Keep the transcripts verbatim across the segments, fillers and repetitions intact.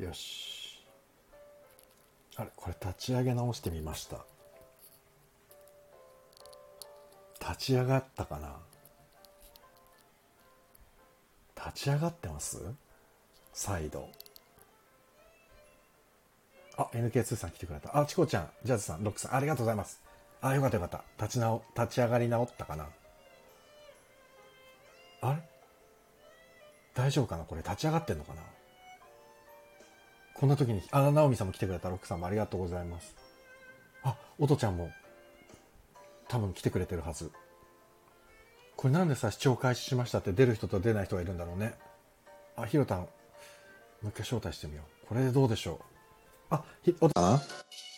よし。あれ、これ立ち上げ直してみました。立ち上がったかな。立ち上がってます？再度。あ、エヌケーツー さん来てくれた。あ、チコちゃん、ジャズさん、ロックさん、ありがとうございます。あ、よかったよかった。立ち直、立ち上がり直ったかな。あれ大丈夫かなこれ立ち上がってんのかな。こんな時に、あ、ナオミさんも来てくれた。ロックさんもありがとうございます。あ、オトちゃんも多分来てくれてるはず。これなんでさ、視聴開始しましたって出る人と出ない人がいるんだろうね。あ、ヒロタン、もう一回招待してみよう。これでどうでしょう。あ、ひ、おたん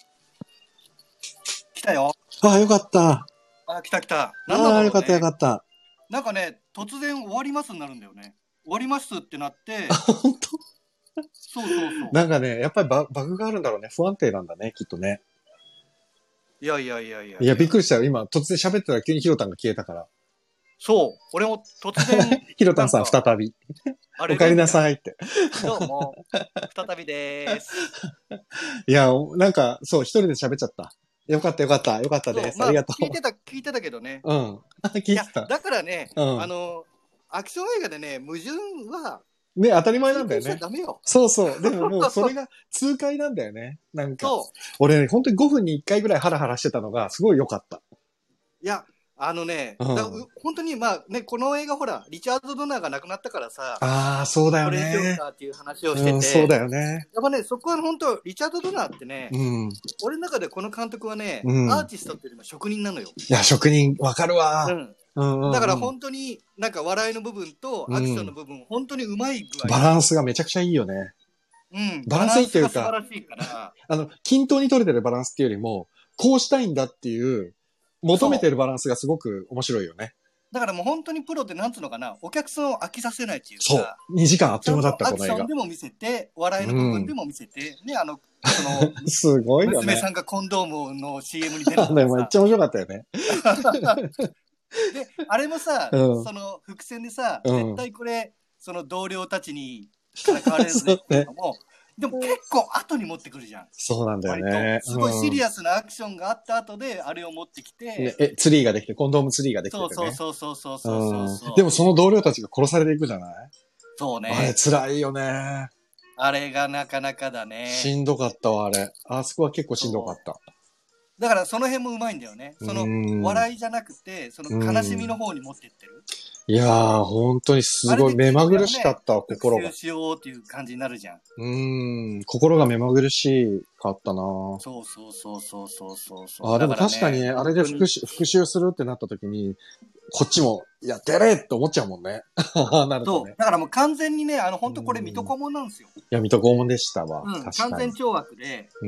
来たよ。 あ、よかった。 あ、来た来た。なんだろうね。 あ、よかったよかった。 なんかね、突然終わりますになるんだよね。終わりますってなって。 あ、本当？ そうそうそう。 なんかね、やっぱりバ、バグがあるんだろうね。不安定なんだね、きっとね。 いやいやいやいや。 いや、びっくりしたよ。今、突然喋ってたら急にヒロタンが消えたから。 そう。俺も突然。 ヒロタンさん、再び。お帰りなさいって。 どうも。再びでーす。 いや、なんか、そう、一人で喋っちゃった。よかったよかった。よかったです。まあ、ありがとう。 聞いてた、聞いてたけどね。 うん。聞いてた。 だからね、 うん、 あの、アクション映画でね、矛盾は、 ね、当たり前なんだよね。 ダメよ。 そうそう。でももうそれが痛快なんだよね。なんか。俺ね、本当にごふんにいっかいぐらいハラハラしてたのがすごい良かった。 いや、あのね、 うん、 だ本当にまあね、この映画ほら、リチャード・ドナーが亡くなったからさ、 ああ、そうだよね。 これにしようかっていう話をしてて、 うん、そうだよね。 やっぱね、そこは本当、リチャード・ドナーってね、 うん、 俺の中でこの監督はね、 うん、 アーティストっていうよりも職人なのよ。 いや、職人、わかるわ。 うんうんうん、だから本当になんか笑いの部分とアクションの部分、うん、本当にうまい具合。 バランスがめちゃくちゃいいよね。 うん。 バランスいいっていうか、 素晴らしいから。 あの、均等に取れてるバランスっていうよりも、こうしたいんだっていう、求めてるバランスがすごく面白いよね。 だからもう本当にプロってなんつうのかな、お客さんを飽きさせないっていうか。 そう。にじかんあっという間だった、この映画。 アクションでも見せて、笑いの部分でも見せて、うん、ね、あの、その、 すごいよね。 娘さんがコンドームの シーエム に出るのめっちゃ面白かったよね。 で、あれもさ、うん、その伏線でさ、うん、絶対これ、その同僚たちにからかわれるぜっていうのも、でも結構後に持ってくるじゃん。 そうなんだよね。 すごいシリアスなアクションがあった後で、あれを持ってきて、 ね、え、ツリーができて、コンドームツリーができてて、ね。 そうそうそうそうそうそう、 うん。でもその同僚たちが殺されていくじゃない？ そうね。 あれ辛いよね。 あれがなかなかだね。 しんどかったわ、あれ。あそこは結構しんどかった。 だからその辺もうまいんだよね。その笑いじゃなくて、その悲しみの方に持っていってる。 いやー、本当にすごい目まぐるしかったわ、 ね、 心が。 復習しようっていう感じになるじゃん。 うん、心が目まぐるしかったな。 そうそうそうそうそうそうそう。 あ、でも確かに、ね、あれで復習、復習するってなった時に、こっちも、いや、出れって思っちゃうもんね。なるとね。 そう。だからもう完全にね、あの、本当これ水戸黄門なんですよ。 いや、水戸黄門でしたわ。 うん、完全懲悪で。 うん。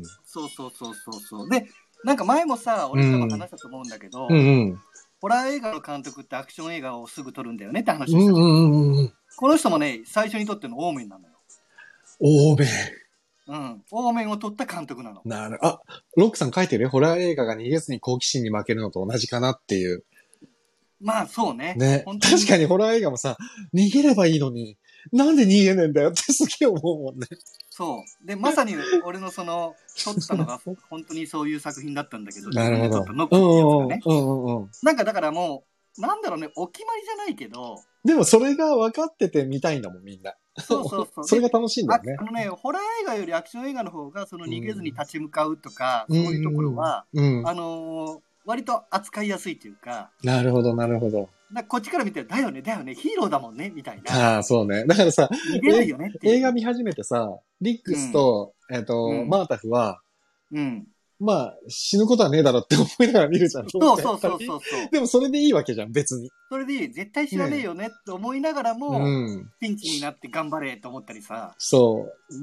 そうそうそうそうそう。で、なんか前もさ、俺多分話したと思うんだけど、 うんうん、 ホラー映画の監督ってアクション映画をすぐ撮るんだよねって話をした、 うんうんうん。 この人もね、最初に撮ってるのオーメンなのよ。 オーメン。 うん。オーメンを撮った監督なの。 なる。あ、ロックさん書いてるよ。ホラー映画が逃げずに好奇心に負けるのと同じかなっていう。 まあそうね。 ね。確かにホラー映画もさ、逃げればいいのに、なんで逃げねえんだよってすげえ思うもんね。 そう。で、まさに俺のその、撮ったのが本当にそういう作品だったんだけど、 なるほど。 ノックってやつがね。 うんうんうん。 なんかだからもう、なんだろうね、お決まりじゃないけど。 でもそれが分かってて見たいんだもん、みんな。 そうそうそう。 それが楽しいんだよね。 あ, あのね、ホラー映画よりアクション映画の方が、その逃げずに立ち向かうとか、うん、そういうところは、うんうん、あのー、割と扱いやすいというか。 なるほど、なるほど。 だこっちから見て、だよね、だよね、ヒーローだもんね、みたいな。 ああ、そうね。だからさ、 逃げないよねっていう映画見始めてさ、リックスと、うん、えっ、ー、と、うん、マータフは、 うん。 まあ、死ぬことはねえだろって思いながら見るじゃん。 そうそうそうそう。 でもそれでいいわけじゃん、別に。 それでいい。絶対死なねえよねって思いながらも、うん、ピンチになって頑張れと思ったりさ。そう。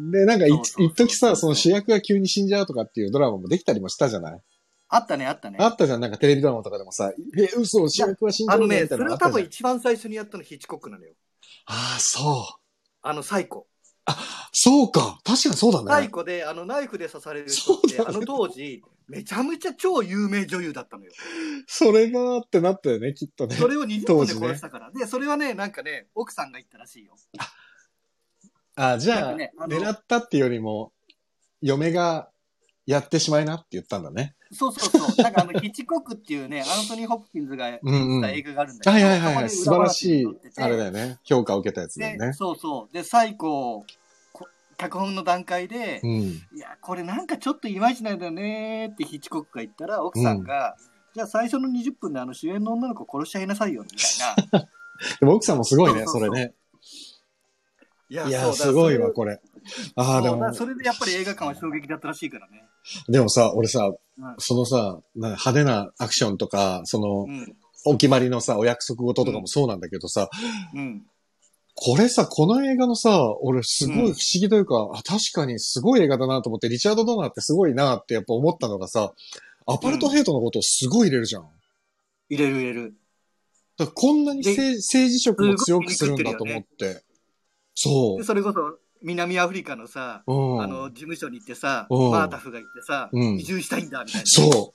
で、なんか一時さ、その主役が急に死んじゃうとかっていうドラマもできたりもしたじゃない？ あったね、あったね。 あったじゃん、なんかテレビドラマとかでもさ、え、嘘、主役は死んじゃうみたいなのあったじゃん。 あのね、それ多分一番最初にやったのヒッチコックなのよ。 ああ、そう。 あの、サイコ。 あ、そうか。確かにそうだね。 サイコで、あの、ナイフで刺される人って、ね、あの当時、めちゃめちゃ超有名女優だったのよ。 それがってなったよね、きっとね。 それをにじゅっぷんで殺したから。ね、で、それはね、なんかね、奥さんが言ったらしいよ。 あ、じゃあ、ね、あ狙ったっていうよりも、嫁がやってしまいなって言ったんだね。 そうそうそう。なんかあの、ヒッチコックっていうね、アンソニー・ホプキンズが演じた映画があるんだけど、 うんうん、はいはいはい、素晴らしい、あれだよね。評価を受けたやつだよね。 そうそう。で、最後、脚本の段階で、うん、いや、これなんかちょっといまいちなんだよねってヒッチコックが言ったら、奥さんが、うん、じゃあ最初のにじゅっぷんであの主演の女の子殺しちゃいなさいよ、みたいな。 でも奥さんもすごいね、そうそうそうそれね。いや、いやすごいわ、これ。 ああ、でも。それでやっぱり映画館は衝撃だったらしいからね。 でもさ、俺さ、うん、そのさ、派手なアクションとか、その、うん、お決まりのさ、お約束事とかもそうなんだけどさ、うん、これさ、この映画のさ、俺すごい不思議というか、うん、あ、確かにすごい映画だなと思って、リチャード・ドナーってすごいなってやっぱ思ったのがさ、アパルトヘイトのことをすごい入れるじゃん。うん、 入れる入れる。 だからこんなに政治色も強くするんだと思って。そう。 で、それこそ、南アフリカのさ、うん、あの、事務所に行ってさ、うん、マータフが行ってさ、うん、移住したいんだ、みたいな。 そう。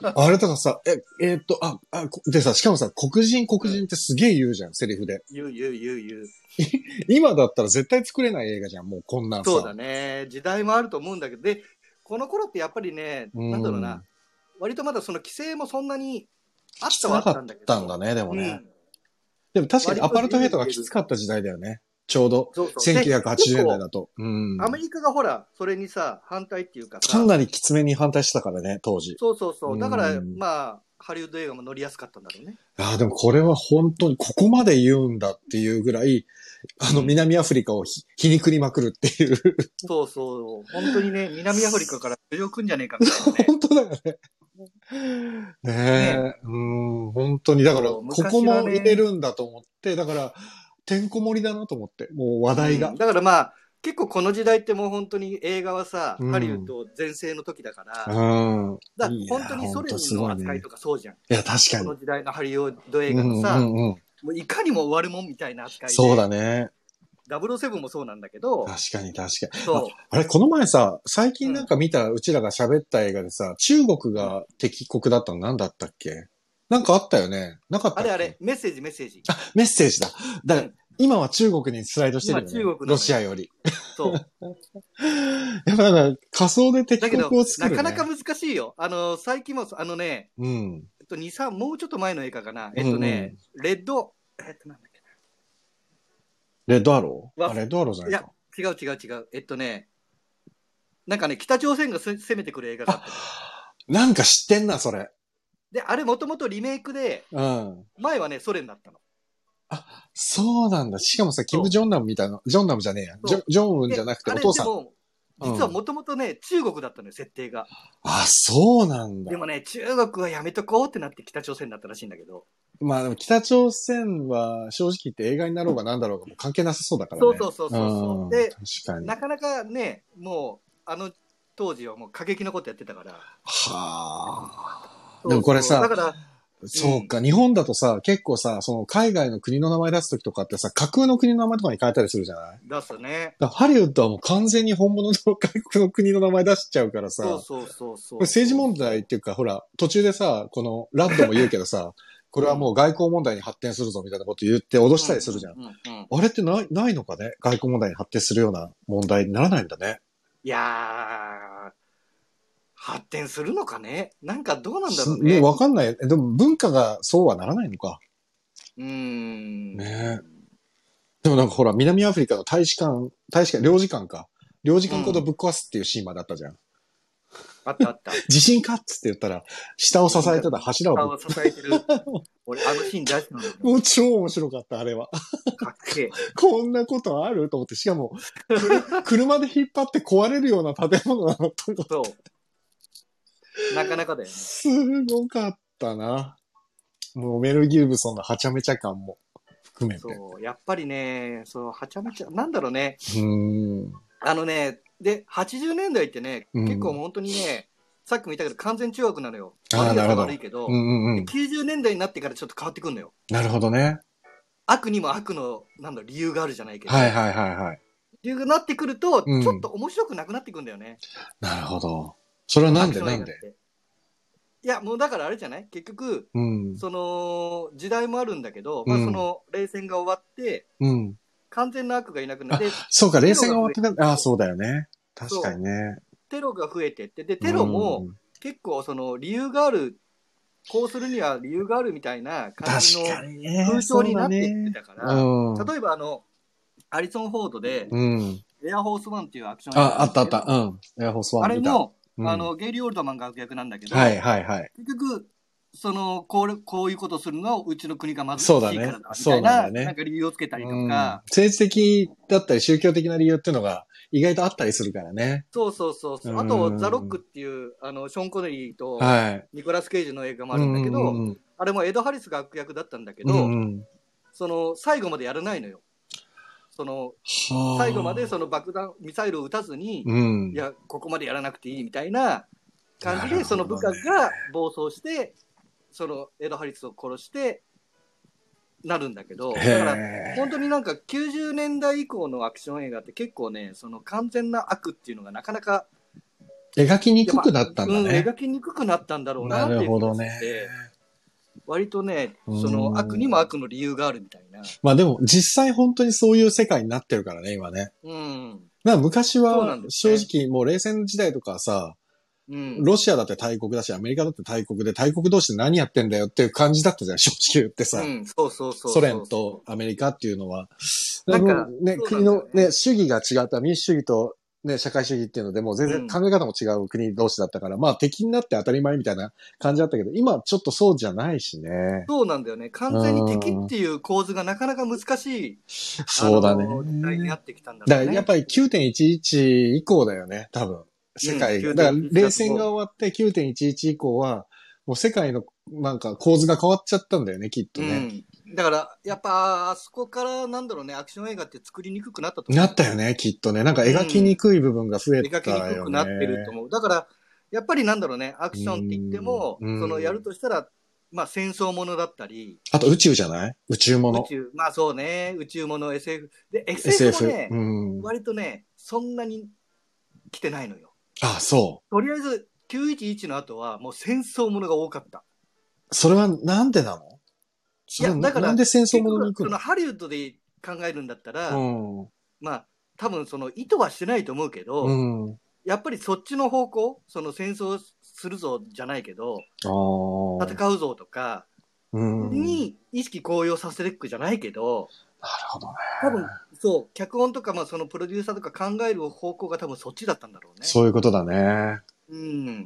あれとかさ、え、えー、っと、あ、あ、でさ、しかもさ、黒人、黒人ってすげえ言うじゃん、うん、セリフで。 言う、言う、言う、言う。 今だったら絶対作れない映画じゃん、もうこんなんさ。 そうだね。時代もあると思うんだけど、で、この頃ってやっぱりね、うん、なんだろうな、割とまだその規制もそんなにあったはあったんだけど。 きつなかったんだね、でもね。うん、でも確かにアパルトヘイトがきつかった時代だよね。ちょうど。そうそうせんきゅうひゃくはちじゅうねんだいだと。 うん。アメリカがほら、それにさ、反対っていうかさ。 かなりきつめに反対してたからね、当時。 そうそうそう。だから、うん、まあ、ハリウッド映画も乗りやすかったんだろうね。 ああ、でもこれは本当にここまで言うんだっていうぐらい、あの、南アフリカをひ、皮肉りまくるっていう。 そうそう。本当にね、南アフリカから苦情来んじゃねえかみたいなね。 本当だよね。ねえ、ね、うん、本当に。だから、ここも入れるんだと思って、だから、てんこ盛りだなと思って、もう話題が。 うん、だからまあ、結構この時代ってもう本当に映画はさ、うん、ハリウッド全盛の時だから、うん、だから本当にソ連の扱いとかそうじゃん。いや、確かに。 この時代のハリウッド映画のさ、うんうんうん、もういかにも終わるもんみたいな扱いで。 そうだね。 ダブルオーセブンもそうなんだけど。 確かに確かに。そう。あれ、この前さ、最近なんか見た、うちらが喋った映画でさ、中国が敵国だったの何だったっけ？なんかあったよね。なかったっけ？ あれあれ、メッセージメッセージ。 あ、メッセージだ。だから、うん、今は中国にスライドしてるよね。中国ロシアより。 そう。 やっぱなんか仮想で敵国を作る、ね。 なかなか難しいよ。あの、最近も、あのね、うん。えっと、に、さん、もうちょっと前の映画かな。えっとね、うんうん、レッド、えっとなんだっけな。レッドアロー？あ、レッドアローじゃないか。 いや、違う違う違う。えっとね、なんかね、北朝鮮が攻めてくる映画があった。 なんか知ってんな、それ。 で、あれもともとリメイクで、うん。前はね、ソ連だったの。 あ、そうなんだ。しかもさ、キム・ジョンナムみたいな、ジョンナムじゃねえや。ジョジョンウンじゃなくてお父さん。 実はもともとね、うん、中国だったのよ、設定が。 あ、そうなんだ。 でもね、中国はやめとこうってなって北朝鮮だったらしいんだけど。 まあでも北朝鮮は正直言って映画になろうがなんだろうがもう関係なさそうだからね。 そうそうそうそう。うん、で、確かに。なかなかね、もう、あの当時はもう過激なことやってたから。はあ。でもこれさ、だからそうか、うん、日本だとさ、結構さ、その海外の国の名前出すときとかってさ、架空の国の名前とかに変えたりするじゃない？ 出すね。 だハリウッドはもう完全に本物の外国の国の名前出しちゃうからさ。 そうそうそうそう。 これ政治問題っていうか、ほら、途中でさ、このラッドも言うけどさ、これはもう外交問題に発展するぞみたいなこと言って脅したりするじゃん。うんうんうん、あれってない、ないのかね？外交問題に発展するような問題にならないんだね。 いやー、発展するのかね？なんかどうなんだろうね。 もうわかんない。でも文化がそうはならないのか。 うーん。 ねえ。でもなんかほら、南アフリカの大使館、大使館、領事館か。領事館ごとぶっ壊すっていうシーンまであったじゃん。うん、 あったあった。 地震かっつって言ったら、下を支えてた柱を。 下を支えてる。俺、あのシーン大好きなんだよ。 もう超面白かった、あれは。 かっけえ。 こんなことあると思って、しかも、車で引っ張って壊れるような建物なのと。 そう。なかなかだよね。 すごかったな。もうメル・ギブソンのはちゃめちゃ感も含めて。 そう。やっぱりね、そう、はちゃめちゃ、なんだろうね。 うーん。 あのね、で、はちじゅうねんだいってね、うん、結構本当にね、さっきも言ったけど完全中国なのよ。悪いやつは悪いけど、うんうんうん、きゅうじゅうねんだいになってからちょっと変わってくるのよ。 なるほどね。 悪にも悪の、なんだ、理由があるじゃないけど。 はいはいはいはい。 理由がなってくると、うん、ちょっと面白くなくなってくるんだよね。 なるほど。それはなんでなんで？ いや、もうだからあれじゃない？結局、うん、その、時代もあるんだけど、うん、まあその、冷戦が終わって、うん、 完全な悪がいなくなって、 そうか、冷戦が終わってた。ああ、そうだよね。確かにね。 テロが増えてって、で、テロも結構その理由がある、こうするには理由があるみたいな感じの風潮になっていってたから、ねうん、例えばあの、アリソン・フォードで、うん、エアホースワンっていうアクション映画あ、あったあった、うん。エアホースワンあれも、うん、あの、ゲイリー・オールドマンが悪役なんだけど、 はいはいはい。 結局、その、こう、こういうことをするのは、うちの国がまずいからだ、みたいな、ね、なんか理由をつけたりとか、うん、 政治的だったり宗教的な理由っていうのが意外とあったりするからね。 そうそうそうそう。あと、ザ・ロックっていう、あの、ショーン・コネリーと、ニコラス・ケイジの映画もあるんだけど、はい、あれもエド・ハリスが悪役だったんだけど、うん、その、最後までやらないのよ。その、最後までその爆弾、ミサイルを撃たずに、うん、いや、ここまでやらなくていいみたいな感じで、ね、その部下が暴走して、そのエド・ハリスを殺して、なるんだけど、だから本当になんかきゅうじゅうねんだい以降のアクション映画って結構ね、その完全な悪っていうのがなかなか描きにくくなったんだね。うん、 描きにくくなったんだろうなっていう気がして、ね、割とね、その悪にも悪の理由があるみたいな。 まあでも実際本当にそういう世界になってるからね、今ね。うん。なんか昔は正直もう冷戦時代とかさ、うん、ロシアだって大国だし、アメリカだって大国で、大国同士で何やってんだよっていう感じだったじゃん、正直言ってさ。うん、 そうそうそう。 ソ連とアメリカっていうのは。なんか、ね、国のね、主義が違った、民主主義とね、社会主義っていうのでもう全然考え方も違う国同士だったから、うん、まあ敵になって当たり前みたいな感じだったけど、今ちょっとそうじゃないしね。 そうなんだよね。完全に敵っていう構図がなかなか難しい。 そうだね。 時代になってきたんだろうね。 だからやっぱり きゅうてんいちいち 以降だよね、多分。世界が。うん、だから冷戦が終わって きゅうてんいちいち 以降は、もう世界のなんか構図が変わっちゃったんだよね、きっとね。 うん、だから、やっぱ、あそこからなんだろうね、アクション映画って作りにくくなったと思う。なったよね、きっとね。なんか描きにくい部分が増えたよね。 うん、描きにくくなってると思う。だから、やっぱりなんだろうね、アクションって言っても、そのやるとしたら、まあ戦争ものだったり。 あと宇宙じゃない宇宙もの。 宇宙。まあそうね、宇宙もの エスエフ。で、エスエフ もね、うん、割とね、そんなに来てないのよ。 ああ、そう。 とりあえず、きゅういちいちの後はもう戦争ものが多かった。 それはなんでなの？ いや、だから、 なんで戦争ものに行くの？ そのハリウッドで考えるんだったら、うん、まあ、多分その意図はしてないと思うけど、うん、やっぱりそっちの方向、その戦争するぞじゃないけど、戦うぞとか、に意識高揚させていくじゃないけど、 なるほどね。 多分、そう、脚本とか、まあそのプロデューサーとか考える方向が多分そっちだったんだろうね。 そういうことだね。 うん。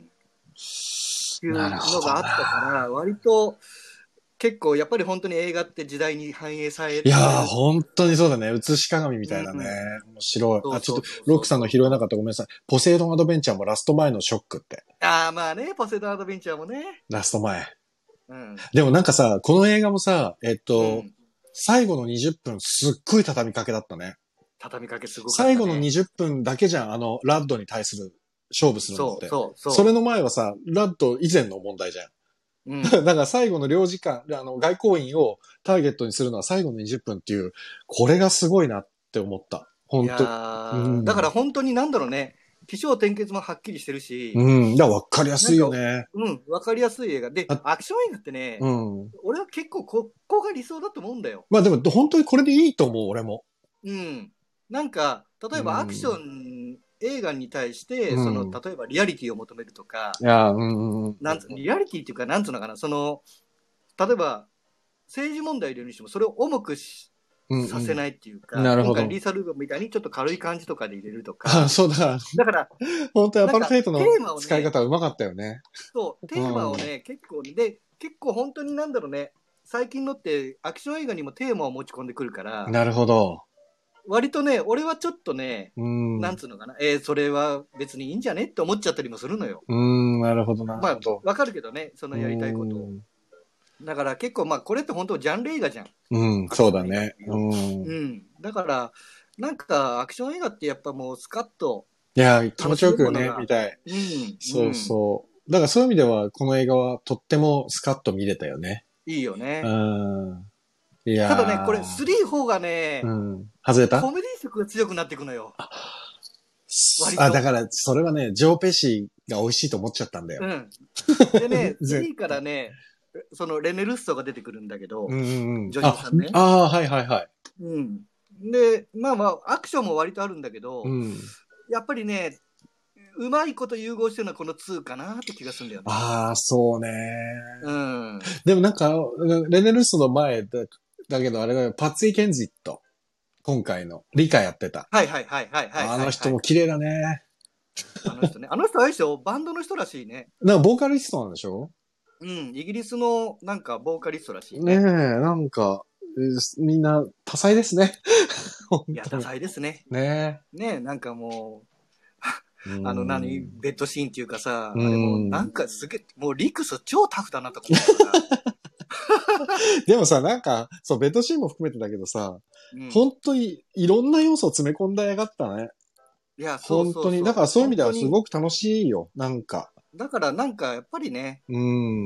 っていうのがあったから、割と、結構やっぱり本当に映画って時代に反映されていやー本当にそうだね。映し鏡みたいなね。うん、面白い。あ、ちょっとロックさんの拾えなかったごめんなさい。ポセイドンアドベンチャーもラスト前のショックって。 ああまあね、ポセイドンアドベンチャーもね。 ラスト前。うん、でもなんかさ、この映画もさ、えっと、うん、最後のにじゅっぷんすっごい畳みかけだったね。 畳みかけすごかったね。 最後のにじゅっぷんだけじゃん、あの、ラッドに対する勝負するのって。そうそうそう。それの前はさ、ラッド以前の問題じゃん。うん、だから最後の領事館、あの、外交員をターゲットにするのは最後のにじゅっぷんっていう、これがすごいなって思った。本当。いや、 うん、だから本当になんだろうね。起承転結もはっきりしてるし。 うん。だから分かりやすいよね。 うん。分かりやすい映画。で、アクション映画ってね、うん、俺は結構ここが理想だと思うんだよ。 まあでも本当にこれでいいと思う、俺も。 うん。なんか、例えばアクション映画に対して、うん、その、例えばリアリティを求めるとか、 いや、うんうん、 なんつリアリティっていうか、なんつうのかな、その、例えば、政治問題を入れるにしても、それを重くし、うんうん、させないっていうか、なるほど。今回リーサルーブみたいにちょっと軽い感じとかで入れるとか。 あ、そうだから。だから、本当にアパルトヘイトの使い方はうまかったよね。 そう、テーマをね、うん、結構、で、結構本当になんだろうね、最近のってアクション映画にもテーマを持ち込んでくるから。 なるほど。 割とね、俺はちょっとね、うん、なんつうのかな、えー、それは別にいいんじゃねって思っちゃったりもするのよ。 うん、なるほどなるほど。 まあ、わかるけどね、そのやりたいことを。だから結構、まあ、これって本当ジャンル映画じゃん。 うん、そうだね。 うん。うん。だから、なんか、アクション映画ってやっぱもうスカッと。 いや、気持ちよくね、見たい。うん。そうそう。だからそういう意味では、この映画はとってもスカッと見れたよね。 いいよね。 うん。いやただね、これ、スリー、フォーがね、うん、 外れたコメディ色が強くなっていくのよ。 あ、だから、それはね、ジョー・ペシーが美味しいと思っちゃったんだよ。うん。 でね、スリーからね、そのレネルッソが出てくるんだけど、うんうん、女優さんね。 ああ、はいはいはい。 うん。 で、まあまあ、アクションも割とあるんだけど、 うん、 やっぱりね、うまいこと融合してるのはこのにかなって気がするんだよね。 ああ、そうね。 うん。 でもなんか、レネルスの前だ、だけどあれだよ、パツイ・ケンジット。今回の。理科やってた。 はいはいはいはいはい、はい。 あの人も綺麗だね。 あの人ね。あの人あれでしょ、バンドの人らしいね。 なんかボーカリストなんでしょ？ うん。イギリスのなんかボーカリストらしいねえ、 ね。 なんか、みんな多彩ですね。 いや、多彩ですね。 ねえ。ねえ、なんかもう、 う、あの何、ベッドシーンっていうかさ、 うん、 あれもうなんかすげえ、もうリクス超タフだなとか思ったから。 でもさ、なんか、そう、ベッドシーンも含めてだけどさ、 うん、 本当にいろんな要素を詰め込んだやがったね。 いや、そう本当に。 そうそう。 だからそういう意味ではす本当にごく楽しいよ。なんか。 だからなんかやっぱりね、 うん。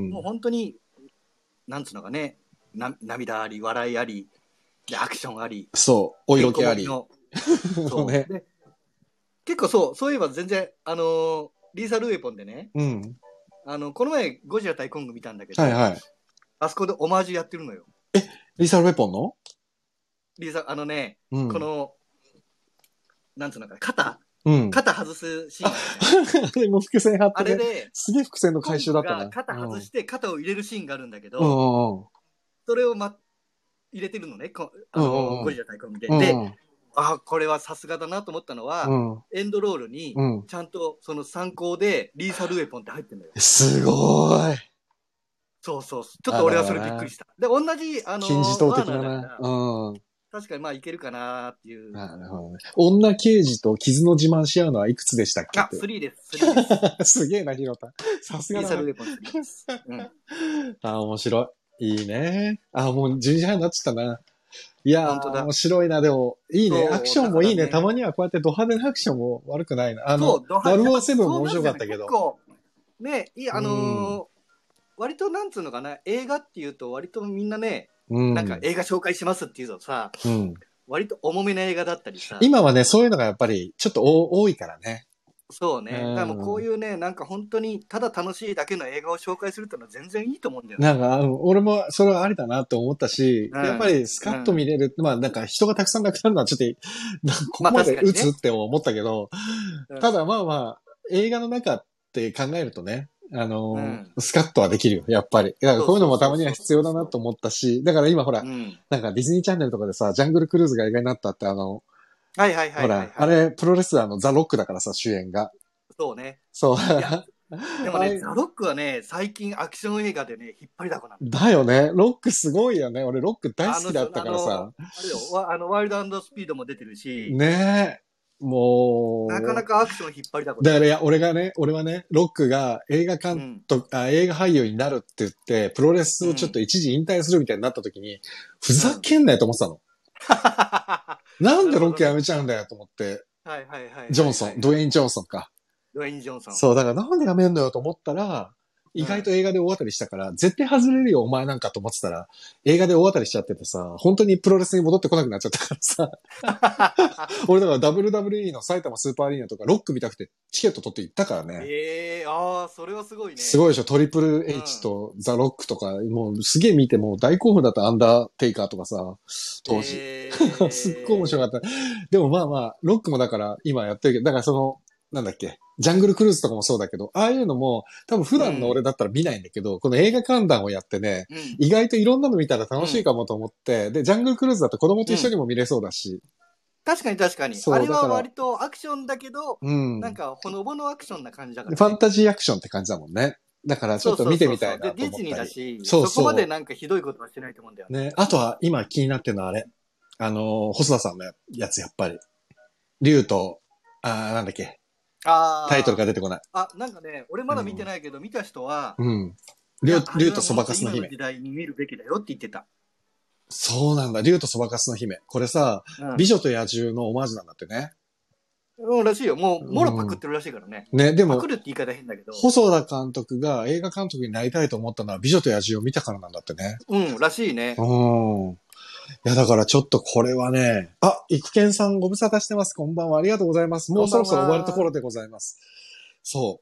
もう本当に、なんつうのかね、な涙あり、笑いあり、で、アクションあり、 そう、お色気あり。 のそうね。 で結構そう、そういえば全然、あのーリーサルウェポンでね、 うん。 あの、この前ゴジラ対コング見たんだけど、 はいはい。 あそこでオマージュやってるのよ。 リーサルウェポンの？ リーサ、あのね、 うん。 この、なんつうのかな、肩うん。 肩外すシーンあるじゃん。 あれも伏線張ってね。 あれで、 すげえ伏線の回収だったな。 コングが肩外して肩を入れるシーンがあるんだけうん。うど、 んうんそれをま、入れてるのね、こあうん。 のーうんゴジラ対コングで。 うん。 で、 うんあ、これはさすがだなと思ったのは、 うん。 エンドロールにうん。 ちゃんとその参考でリーサルウェポンって入ってるのよ。 すごーい。 そうそう。ちょっと俺はそれびっくりした。で、同じ、あの金字ーワーナ塔的だな。 ーだから、 うん。 確かにまあいけるかなっていう。 なるほどね。女刑事と傷の自慢し合うのはいくつでしたっけっあ、 て。 スリーです。スリーです。 すげえな、ひろた。さすがリーだな。 サルウェポンスリーです。うん。 あ、面白い。いいね。あ、もうじゅうじはんになっちゃったな。いやー、 本当だ。 面白いな。でも、いいね。アクそう、 ションもいいね。 だからね。 たまにはこうやってド派手なアクションも悪くないな。あの、 そう、ドハ、やっぱダブルオーセブンも面白そうなんですよね。 かったけど。 結構、ね、いい、あのうん。 ー割となんつうのかな、映画っていうと割とみんなね、 うん。 なんか映画紹介しますっていうとさ、 うん。 割と重めな映画だったりさ、 今はね、そういうのがやっぱりちょっと多多いからね。 そうね。だからもうこううん。 いうね、なんか本当にただ楽しいだけの映画を紹介するっていうのは全然いいと思うんだよね。 なんか、うん俺もそれはありだなって思ったし、 うん。 やっぱりスカッと見れる、まあなんか人がたくさん亡くなるのはちょっと、なんかこまあこまで確かにね。 打つって思ったけど、 うん。 ただまあまあ、映画の中って考えるとね、あのーうん。 スカッとはできるよ、やっぱり。だからそうこういうのもたそうそうそうまには必要だなと思ったし、だから今ほら、 うん。 なんかディズニーチャンネルとかでさ、ジャングルクルーズが映画になったってあの、 はいはいはいはいほら、あはい。 れ、プロレスラーのザ・ロックだからさ、主演が。 そうね。 そう。 いや、でもね、 あれザ・ロックはね、最近アクション映画でね、引っ張りだこなの。 だよね。ロックすごいよね。俺ロック大好あの人、 きだったあの、 からさ。 あれよ、わあの、ワイルドスピードも出てるし、 ねえ。 なかなもかアクション引っ張りだこう、だからいや、俺がね、俺はね、ロックが映画監うん。 督、あ、映画俳優になるって言って、プロレスをちょっとうん。 一時引退するみたいになった時に、ふうん。 ざけんなよと思ってたの。なんでロックやなるほどね。 めちゃうんだよと思って、 はいはいはいジョンソン、 はいはいはい。 ドウェイン・ジョンソンか。 ドウェイン・ジョンソン。 そう、だからなんでやめんのよと思ったら、意外とうん。 映画で大当たりしたから、絶対外れるよお前なんかと思ってたら、映画で大当たりしちゃっててさ、本当にプロレスに戻ってこなくなっちゃったからさ、俺だから ダブリューダブリューイー の埼玉スーパーアリーナとかロック見たくてチケット取って行ったからね。 ええー、ああ、それはすごいね。 すごいでしょ、トリプルう H ん。 とザ・ロックとか、もうすげえ見てもう大興奮だったアンダーテイカーとかさ、当時。すっごい面白えかった。でもまあまあ、ロックもだから今やってるけど、だからその、なんだっけ、ジャングルクルーズとかもそうだけど、ああいうのも多分普えー、 段の俺だったら見ないんだけど、この映画観覧をやってね、 うん。うん。 意外といろんなの見たら楽しいうん。 かもと思って、で、ジャングルクルーズだと子供と一緒にうん。 も見れそうだし、 確かに確かに。あそう、 れはだから、 割とアクションだけど、 うん。 なんかほのぼのアクションな感じだかフらね。 ァンタジーアクションって感じだもんね。だからちょそうっとそうそうそう。 見てみたいなで、 とディズニー思ったり。 だし、 そうそこまでそなんかひどいことはしてないと思うんだよう。 ね。 ね。あとは今気になってるのはあれ。あのー、細田さんのやつやっぱり。竜と、あーなんだっけ。タイトルがあ出てこない。 あ、あ、なんかね、俺まだ見てないけど、見た人は、 うん。竜、 いや、あれ竜とそばはもっとかすの姫。 今の時代に見るべきだよって言ってた。 そうなんだ。竜とそばかすの姫。これさ、 うん。 美女と野獣のオマージュなんだってね。 うん、らしいよ。もう、もろパうん。 クってるらしいからね。 ね、でも、 パクるって言い方変だけど、 細田監督が映画監督になりたいと思ったのは美女と野獣を見たからなんだってね。 うん、らしいね。 うん。いや、だからちょっとこれはね、あ、育賢さんご無沙汰してます。こんばんは。ありがとうございます。もこんばんうそろそろ終わるところは。 でございます。そう。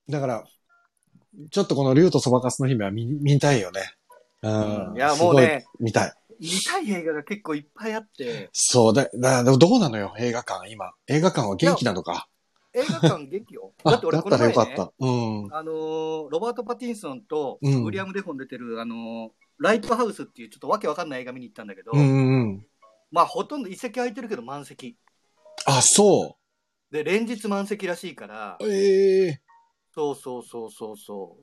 だから、ちょっとこの竜とそばかすの姫は見、見たいよね。ううん。いん。 や、 すごいもうね、 見たい。 見たい映画が結構いっぱいあって。 そうだ、だ、どうなのよ、映画館、今。映画館は元気なのか。 映画館元気よ。だって俺この前、ね、 だったらよかった。うん。 あのー、ロバート・パティンソンとウィリアム・デフォン出てる、うん、あのー、ライトハウスっていうちょっとわけわかんない映画見に行ったんだけど、 うんうん、 まあほとんど一席空いてるけど満席。 あ、そう。 で、連日満席らしいから。 ええー。 そうそうそうそうそう。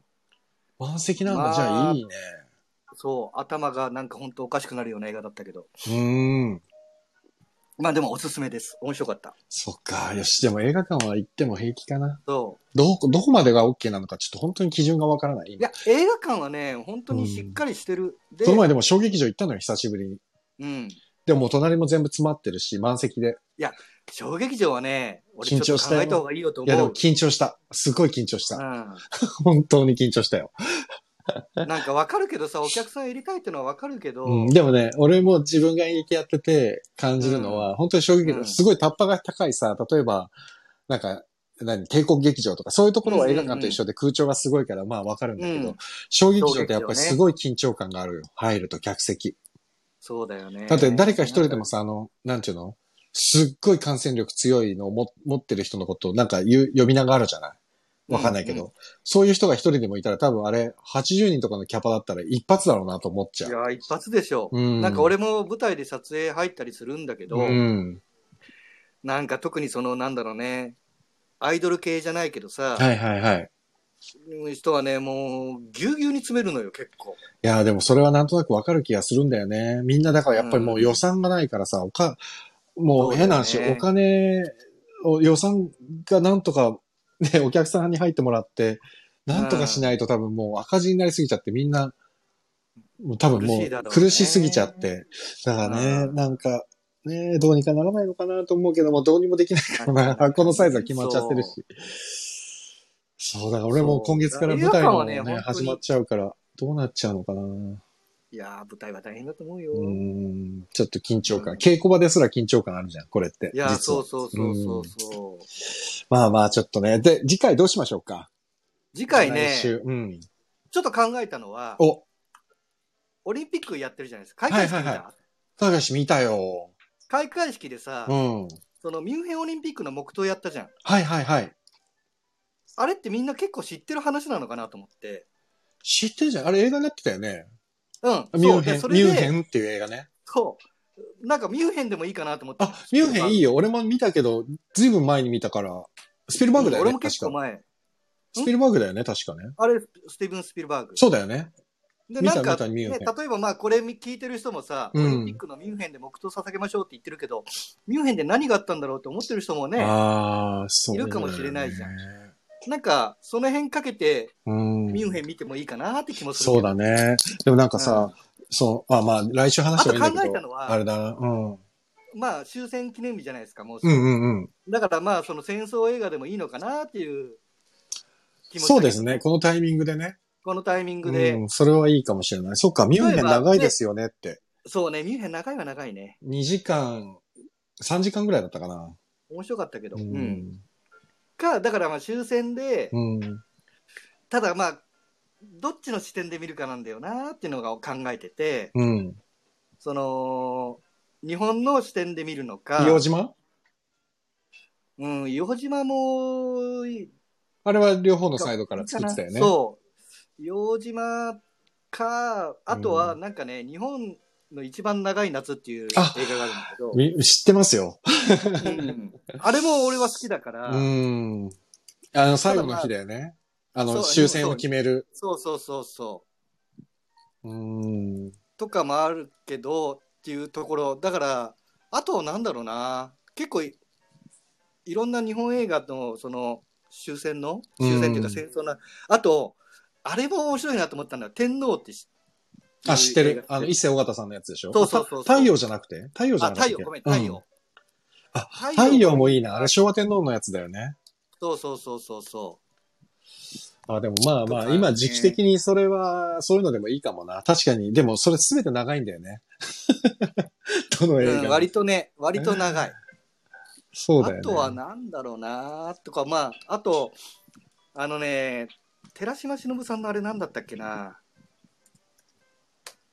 満席なんだ、まあ、じゃあいいね。 そう、頭がなんか本当おかしくなるような映画だったけど。 うーん。 まあでもおすすめです。面白かった。 そっか。よし、でも映画館は行っても平気かな。 そう。 どこ、どこまでが OK なのかちょっと本当に基準がわからない。 いや、映画館はね、本当にしっかりしてる。 で、その前でも小劇場行ったのよ、久しぶりに。 うん。 でももう隣も全部詰まってるし、満席で。 いや、小劇場はね、俺ちょっと考えた方がいいよと思う。 いやでも緊張した。すごい緊張した。 うん、 本当に緊張したよ。 なんかわかるけどさ、お客さん入れたいってのはわかるけど、 うん。でもね、俺も自分が演劇やってて感じるのは、うん、本当に小劇場、うん、すごいタッパが高いさ、例えば、なんか、何、帝国劇場とか、そういうところは映画館と一緒で空調がすごいから、まあわかるんだけど、うん、小劇場ってやっぱりすごい緊張感があるよ。入ると客席。 そうだよね。 だって誰か一人でもさ、あの、なんていうのすっごい感染力強いのをも持ってる人のことをなんか言う、呼び名があるじゃないわかんないけど、うんうん、そういう人が一人でもいたら多分あれ、はちじゅうにんとかのキャパだったら一発だろうなと思っちゃう。 いや、一発でしょ。うん、なんか俺も舞台で撮影入ったりするんだけど、うん、なんか特にその、なんだろうね、アイドル系じゃないけどさ、 はいはいはい。 人はね、もう、ぎゅうぎゅうに詰めるのよ、結構。 いや、でもそれはなんとなくわかる気がするんだよね。みんなだからやっぱりもう予算がないからさ、おか、もう変な話、ね、お金を、予算がなんとか、ね、お客さんに入ってもらって、なんとかしないと多分もう赤字になりすぎちゃってみんな、もう多分もう苦しすぎちゃって。だからね、なんか、ね、どうにかならないのかなと思うけども、どうにもできないからな。箱のサイズは決まっちゃってるし。そう、だから俺も今月から舞台のね、ね始まっちゃうから、どうなっちゃうのかな。 いやー、舞台は大変だと思うよ。 うん、ちょっと緊張感、うん。稽古場ですら緊張感あるじゃん、これって。 いや、そうそうそうそうそう、うん。 まあまあ、ちょっとね。で、次回どうしましょうか。 次回ね、 うん、 ちょっと考えたのは、 おオリンピックやってるじゃないですか。開会式見た、はいはいはい、 開会式見たよ。 開会式でさ、 うん、 そのミュンヘンオリンピックの黙祷やったじゃん。 はいはいはい。 あれってみんな結構知ってる話なのかなと思って。 知ってるじゃん。あれ映画になってたよね。 うん。 ミュンヘン、ミュンヘンっていう映画ね。 そう。なんかミュンヘンでもいいかなと思って。 あ、ミュンヘンいいよ。俺も見たけど、ずいぶん前に見たから。スピルバーグだよね。 うん、俺も結構前。 スピルバーグだよね、確かね。 あれ、スティーブン・スピルバーグ。 そうだよね。 で、なんか、ね、例えばまあこれ聞いてる人もさ、うん、オリンピックのミュンヘンで黙祷捧げましょうって言ってるけど、ミュンヘンで何があったんだろうって思ってる人もね、 あそうねいるかもしれないじゃん。なんか、その辺かけて、ミュンヘン見てもいいかなって気もする。 そうだね。でもなんかさ、うん、そう、あまあ来週話してもいいんだけど。 あと考えたのは、 あれだな、うん。 まあ終戦記念日じゃないですか、もうすぐ。うんうんうん。 だからまあその戦争映画でもいいのかなっていう気持ち。そうですね、このタイミングでね。 このタイミングで。 うん、それはいいかもしれない。そっか、ミュンヘン長いですよねって。 そうね、ミュンヘン長いは長いね。 にじかん、さんじかんぐらいだったかな。 面白かったけど。うん。うん、か、だからまあ終戦で、うん、ただまあ、どっちの視点で見るかなんだよなっていうのが考えてて、うん、その、日本の視点で見るのか。 硫黄島？ うん、硫黄島も、 あれは両方のサイドから作ってたよね。 そう。硫黄島か、あとはなんかね、うん、日本の一番長い夏っていう映画があるんだけど。 知ってますよ、 うん。あれも俺は好きだから。 うん。あの、最後の日だよね。あの、終戦を決める。 そうそうそうそう。 うん。 とかもあるけど、っていうところ。だから、あとなんだろうな。結構い、いろんな日本映画の、その、終戦の終戦っていうか戦争な、うん、あとあれも面白いなと思ったのは天皇って知あ知ってるあの伊勢尾形さんのやつでしょ。 そうそうそうそう太陽じゃなくて太陽じゃなくてあ太陽ごめん太陽、うん、 あ太陽もいいなあれ昭和天皇のやつだよね。 そうそうそうそうそうあでもまあまあ今時期的にそれはそういうのでもいいかもな。確かにでもそれ全て長いんだよね。どの映画、 うん、割とね割と長い。 そうだよね、 あとはなんだろうなとか、まあ、あと、あのね、寺島しのぶさんのあれなんだったっけな。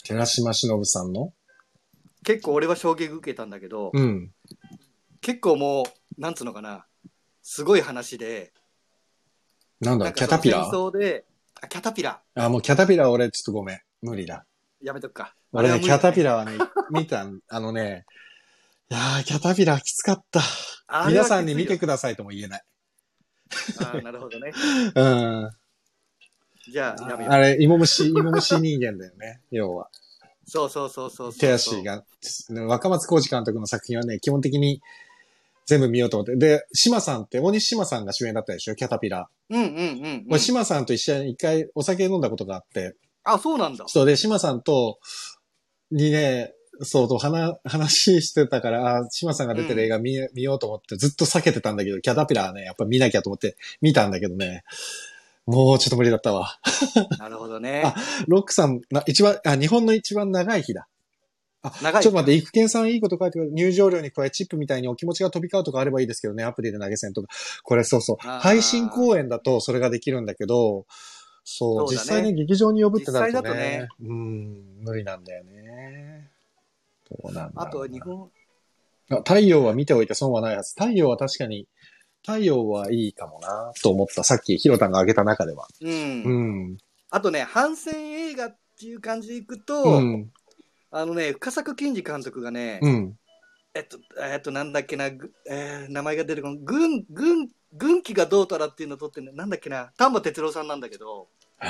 寺島しのぶさんの結構俺は衝撃受けたんだけど、 うん。 結構もう、なんつうのかな、すごい話で、 なんだろう、キャタピラー戦争で、あ、キャタピラーあ、もうキャタピラー俺ちょっとごめん。無理だ。 ー。やめとくか。 俺ね、キャタピララーはね、見たん、あのね、いやー、キャタピラーきつかった。 ー皆さんに見てくださいとも言えない。 ああ、なるほどね。 うん。 じゃあ、やめよう。 あれ、芋虫、芋虫人間だよね、要は。 そうそうそうそうそう。 手足が、若松浩二監督の作品はね、基本的に全部見ようと思って。で、島さんって、大西島さんが主演だったでしょ、キャタピラー。うんうんうん、うん。 俺、島さんと一緒に一回お酒飲んだことがあって。 あ、そうなんだ。 そうで、島さんと、にね、そうと話、話してたから、あ、島さんが出てる映画見、うん、見ようと思ってずっと避けてたんだけど、キャタピラーね、やっぱ見なきゃと思って見たんだけどね、もうちょっと無理だったわ。 なるほどね。 あ、ロックさん、一番、あ、日本の一番長い日だ。あ、長い。ちょっと待って、育賢さんいいこと書いてくる。入場料に加えチップみたいにお気持ちが飛び交うとかあればいいですけどね、アプリで投げ銭とか。これそうそう。配信公演だとそれができるんだけど、そう、そうね、実際に劇場に呼ぶってなるとね。実際だとね。うん、無理なんだよね。どうなんだろうな。 あと日本。 あ、太陽は見ておいて損はないはず。太陽は確かに、太陽はいいかもな、と思った。さっきヒロタンが挙げた中では。 うん。うん。あとね、反戦映画っていう感じでいくと、うん、あのね、深作欣二監督がね、うん、えっと、えっと、なんだっけな、えー、名前が出てこない。軍、軍、軍機がどうたらっていうのを撮ってる、なんだっけな、丹波哲郎さんなんだけど、 え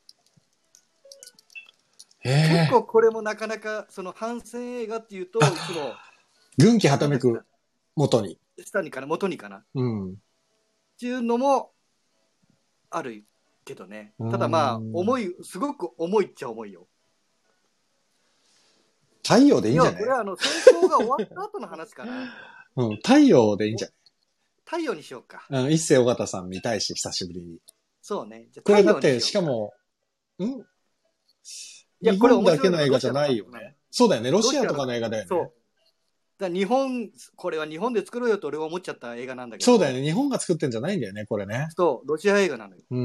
えー、 結構これもなかなか、その反戦映画っていうと、いつも、 軍機はためく元に。 下にかな、元にかな。 うん。 っていうのも、あるけどね。ただまあ、重い、すごく重いっちゃ重いよ。 太陽でいいんじゃない？ いや、これはあの、戦争が終わった後の話かな。 うん、太陽でいいんじゃない？ 太陽にしようか。 うん、一世尾形さん見たいし、久しぶりに。 そうね。 じゃこれだって、しかも、んいや、これ日本だけの映画じゃないよね。そうだよね。ロシアとかの映画だよね。そう。 だ日本、これは日本で作ろうよと俺は思っちゃった映画なんだけど。 そうだよね。日本が作ってんじゃないんだよね、これね。 そう、ロシア映画なのよ。 うん。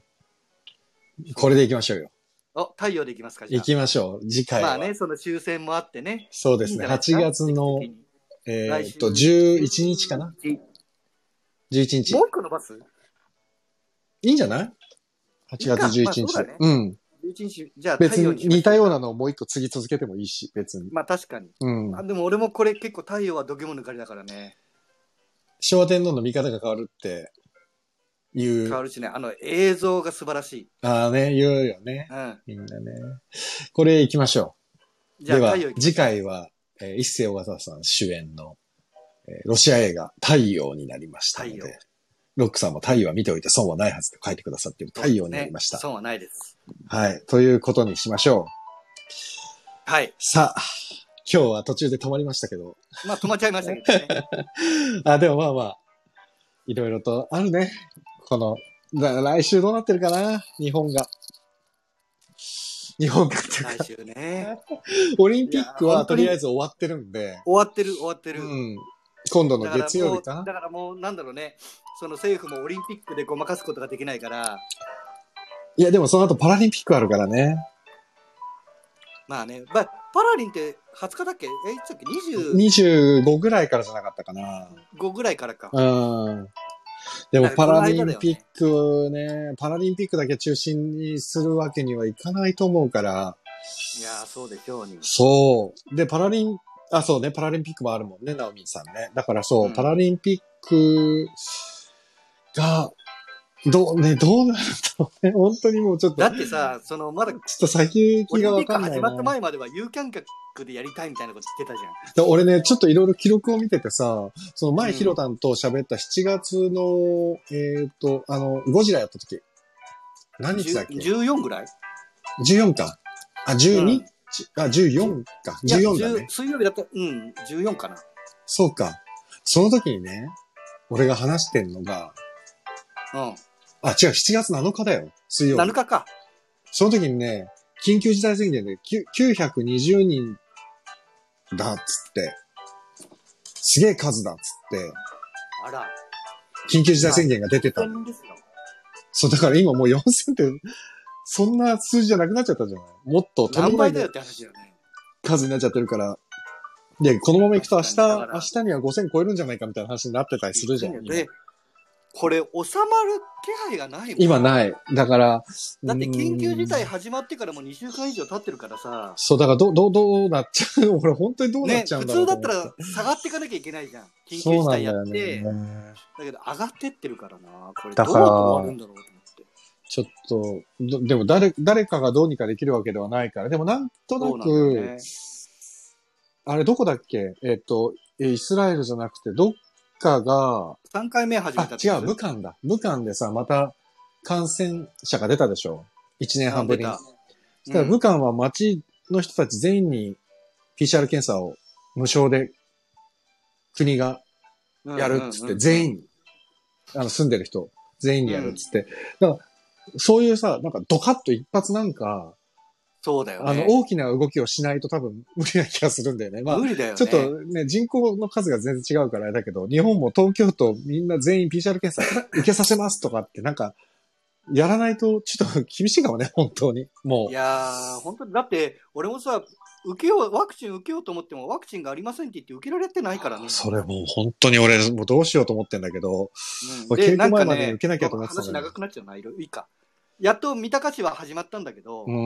これでいきましょうよ。 あ、太陽でいきますか、じゃあ。 行きましょう。次回は。 まあね、その終戦もあってね。 そうですね。いいはちがつの、えー、っと、じゅういちにちかな ?じゅういちにち。 もう一個伸ばす？ いいんじゃない ?はち 月じゅういちにちで。まあ、うね、うん。 じゅういちにち、じゃあ別に似たようなのをもう一個次続けてもいいし、別に。 まあ確かに。 うん。 あでも俺もこれ結構太陽はどぎも抜かりだからね。 昭和天皇の見方が変わるっていう。 変わるしね。あの映像が素晴らしい。 ああね、言うよね。 うん。 みんなね。これ行きましょう。 じゃあでは、次回は、えー、一世尾形さん主演の、えー、ロシア映画太陽になりましたので。ロックさんも太陽は見ておいて損はないはずと書いてくださっている太陽になりました。 ね、損はないです。 はい。ということにしましょう。 はい。 さあ、今日は途中で止まりましたけど。 まあ止まっちゃいましたけどね。 あ、でもまあまあ、いろいろとあるね。この、だ来週どうなってるかな日本が。日本がっていうか。 来週ね。 オリンピックはとりあえず終わってるんで。 終わってる、終わってる。 うん。今度の月曜日かな。 だからもう、なんだろうね。その政府もオリンピックでごまかすことができないから。 いや、でもその後パラリンピックあるからね。 まあね。パラリンってはつかだっけえ、いつだっけ ?にじゅう。 にじゅうごぐらいからじゃなかったかな。 ごぐらいからか。 うん。でもパラリンピックね、パラリンピックだけ中心にするわけにはいかないと思うから。 いやー、そうでしょうに。 そう。で、パラリン、あ、そうね、パラリンピックもあるもんね、ナオミンさんね。だからそう、うん、パラリンピックが、どうね、どうなるとね、本当にもうちょっと。 だってさ、その、まだ、ちょっと先行きがわかんないな。 オリンピック始まった前までは有観客でやりたいみたいなこと言ってたじゃん。 俺ね、ちょっといろいろ記録を見ててさ、その前、ヒロタンと喋ったしちがつの、えっと、あの、ゴジラやった時。何日だっけ ?じゅうよんぐらい ? じゅうよん か。あ、じゅうに、うん、あ、じゅうよんか。じゅうよんだね。 水曜日だった、うん、じゅうよんかな。 そうか。その時にね、俺が話してんのが、 うん。 あ、違う、しちがつなのかだよ。水曜日。 なのかか。 その時にね、緊急事態宣言できゅうひゃくにじゅうにんだっつって、すげえ数だっつって、 あら。 緊急事態宣言が出てたの。そう、だから今もうよんせんって、 そんな数字じゃなくなっちゃったじゃない。もっととんでもない数になっちゃってるから。で、このまま行くと明日、明日にはごせん超えるんじゃないかみたいな話になってたりするじゃん。 で、これ収まる気配がないもん。 今ない。だから。 だって緊急事態始まってからもうにしゅうかん以上経ってるからさ。 そう、だからど、ど、どうなっちゃうのこれ本当にどうなっちゃうんだろう、 ね。普通だったら下がっていかなきゃいけないじゃん。緊急事態やって。だね、だけど上がってってるからな。これどう終わるんだろうと思って。 ちょっと、でも誰、誰かがどうにかできるわけではないから。でもなんとなく、ね、あれどこだっけえっと、イスラエルじゃなくて、どっかが、 さんかいめ始めた。 あ、違う、武漢だ。武漢でさ、また感染者が出たでしょ。いちねんはんぶりに。そしたら武漢は町の人たち全員に ピーシーアール 検査を無償で国がやるっつって、全員、あの住んでる人全員にやるっつって。だからそういうさ、なんかドカッと一発なんか、 そうだよね。 あの、大きな動きをしないと多分無理な気がするんだよね。まあ、 無理だよね。 ちょっとね、人口の数が全然違うからあれだけど、日本も東京都みんな全員 ピーシーアール 検査受けさせますとかってなんか、やらないとちょっと厳しいかもね、本当に。もう。 いやー、本当に、だって、俺もさ、受けよう、ワクチン受けようと思っても、ワクチンがありませんって言って受けられてないからね。 それもう本当に俺、もうどうしようと思ってんだけど、 うん、で、なんかね、 受けなきゃと思ってた話長くなっちゃうな、いろいろいいか。やっと三鷹市は始まったんだけど、 うん、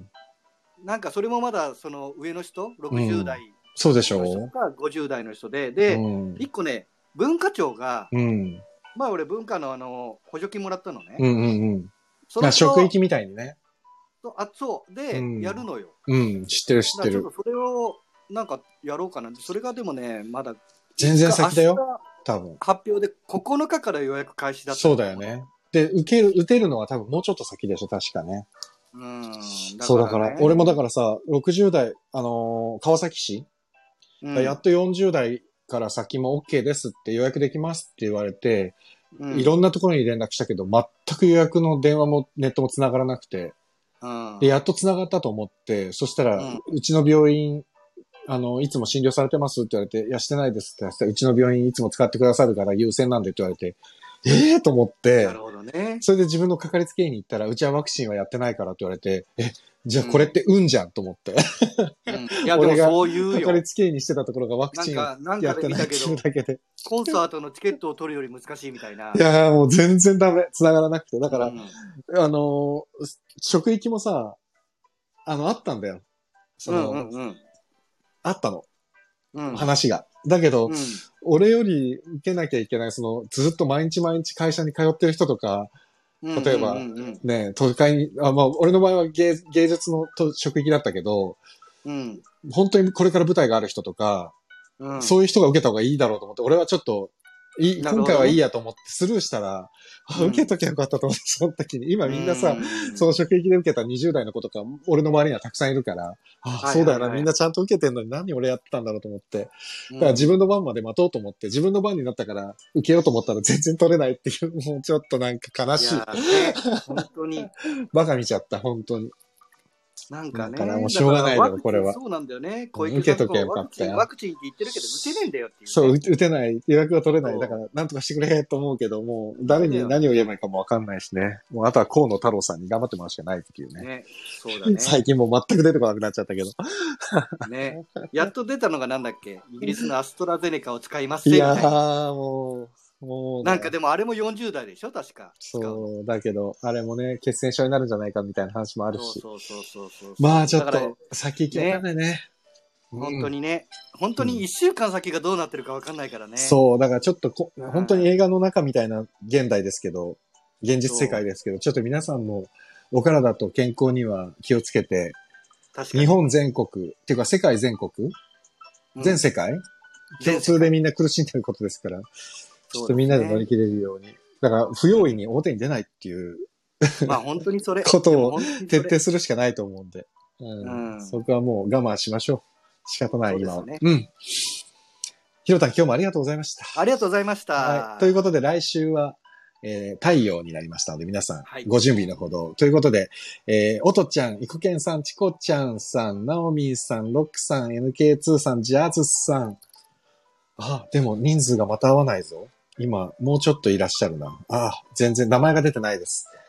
なんかそれもまだその上の人、ろくじゅう代、うん、 そうでしょうかごじゅう代の人で、で、うん、一個ね、文化庁が、うん、まあ俺文化のあの補助金もらったのね。 うんうんうん。その職域みたいにね。 あ、そうで、うん、やるのよ。 うん、知ってる知ってる。 ちょっとそれをなんかやろうかな。それがでもね、まだ全然先だよ。多分。 発表でここのかから予約開始だった。 そうだよね。で、受ける、打てるのは多分もうちょっと先でしょ、確かね。 うん。だからね、 そうだから、俺もだからさ、ろくじゅう代、あのー、川崎市、うん、やっとよんじゅう代から先も OK ですって予約できますって言われて、うん、いろんなところに連絡したけど、全く予約の電話もネットも繋がらなくて、うん、で、やっと繋がったと思って、そしたら、うん、うちの病院、あの、いつも診療されてますって言われて、いや、してないですって言ったら、うちの病院いつも使ってくださるから優先なんでって言われて、ええー、と思って、 なるほどね。 それで自分のかかりつけ医に行ったら、うちはワクチンはやってないからって言われて、え、じゃあこれって運じゃんと思って。 うん、いや、でもそういうよ。 かかりつけ医にしてたところがワクチンやってないっていうだけで。 コンサートのチケットを取るより難しいみたいな。 いやーもう全然ダメ。繋がらなくて。だから、うん、あのー、職域もさ、あの、あったんだよ。その、うんうんうん、あったの。うん、話が。だけど、うん、俺より受けなきゃいけない、その、ずっと毎日毎日会社に通ってる人とか、例えば、うんうんうん、ね、都会に、あ、まあ、俺の場合は芸、芸術の職域だったけど、うん、本当にこれから舞台がある人とか、うん、そういう人が受けた方がいいだろうと思って、俺はちょっと、い今回はいいやと思ってスルーしたら、うん、受けときゃよかったと思って、その時に。今みんなさ、うん、その職域で受けたにじゅう代の子とか、俺の周りにはたくさんいるから、ああ、そうだよな、みんなちゃんと受けてんのに何俺やってたんだろうと思って。だから自分の番まで待とうと思って、自分の番になったから受けようと思ったら全然取れないっていう、もうちょっとなんか悲しい。いやね、本当に。 バカ見ちゃった、本当に。 なんかね。 だからもうしょうがないだろ、これは。 そうなんだよね。 小池さんもワクチン、 ワクチンって言ってるけど、打てないんだよっていう、ね。 そう、打てない。予約が取れない。だから、なんとかしてくれと思うけど、もう、誰に何を言えばいいかもわかんないしね。もう、あとは河野太郎さんに頑張ってもらうしかないっていうね。 ね。そうだね。 最近もう全く出てこなくなっちゃったけど。 ね。やっと出たのがなんだっけ、イギリスのアストラゼネカを使いますみたいな。 いやー、もう。もうなんかでもあれもよんじゅう代でしょ確か。 そう、だけど、あれもね、血栓症になるんじゃないかみたいな話もあるし。 そうそうそうそうそう。 まあちょっと、先行きわかんないね。ねうん、本当にね。本当に一週間先がどうなってるかわかんないからね。 そう、だからちょっとこ、本当に映画の中みたいな現代ですけど、現実世界ですけど、ちょっと皆さんもお体と健康には気をつけて、日本全国、っていうか世界全国、うん、全世界共通でみんな苦しんでることですから。ちょっとみんなで乗り切れるように。だから、不用意に表に出ないっていう、 まあ本当にそれ。 ことを徹底するしかないと思うんで。うんうん、そこはもう我慢しましょう。仕方ない、今は。ね、うん。ひろたん、今日もありがとうございました。 ありがとうございました。 はい。ということで、来週は、えー、太陽になりましたので、皆さん、はい、ご準備のほど。ということで、えー、おとちゃん、いくけんさん、ちこちゃんさん、なおみーさん、ロックさん、エヌケーツー さん、ジャズさん。あ、でも人数がまた合わないぞ。今、もうちょっといらっしゃるな。ああ、全然名前が出てないです。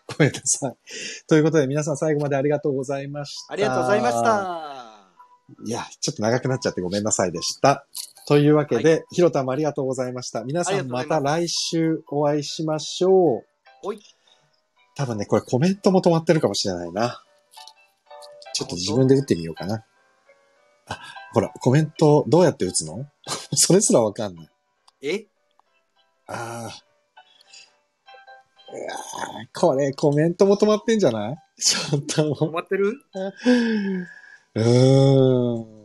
ごめんなさい。ということで皆さん最後までありがとうございました。 ありがとうございました。 いや、ちょっと長くなっちゃってごめんなさいでした。というわけで、はい、ひろたんもありがとうございました。皆さんまた来週お会いしましょう。 おい。 多分ね、これコメントも止まってるかもしれないな。ちょっと自分で打ってみようかな。あ、ほら、コメントどうやって打つのそれすらわかんない。 えああ。いやこれコメントも止まってんじゃない？ちょっと。 止まってる？ うーん。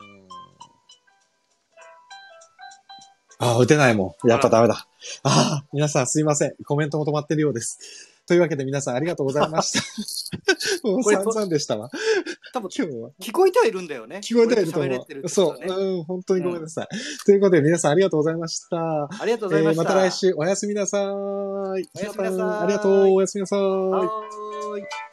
ああ、打てないもん。やっぱダメだ。ああ、皆さんすいません。コメントも止まってるようです。というわけで皆さんありがとうございました。もう散々でしたわ。 多分今日は。聞こえてはいるんだよね。 聞こえてはいると思う。ね、そう、うん、本当にごめんなさい、うん。ということで皆さんありがとうございました。 ありがとうございました。 えー、また来週おやすみなさい。 おやすみなさい。 ありがとう。おやすみなさい。 はーい。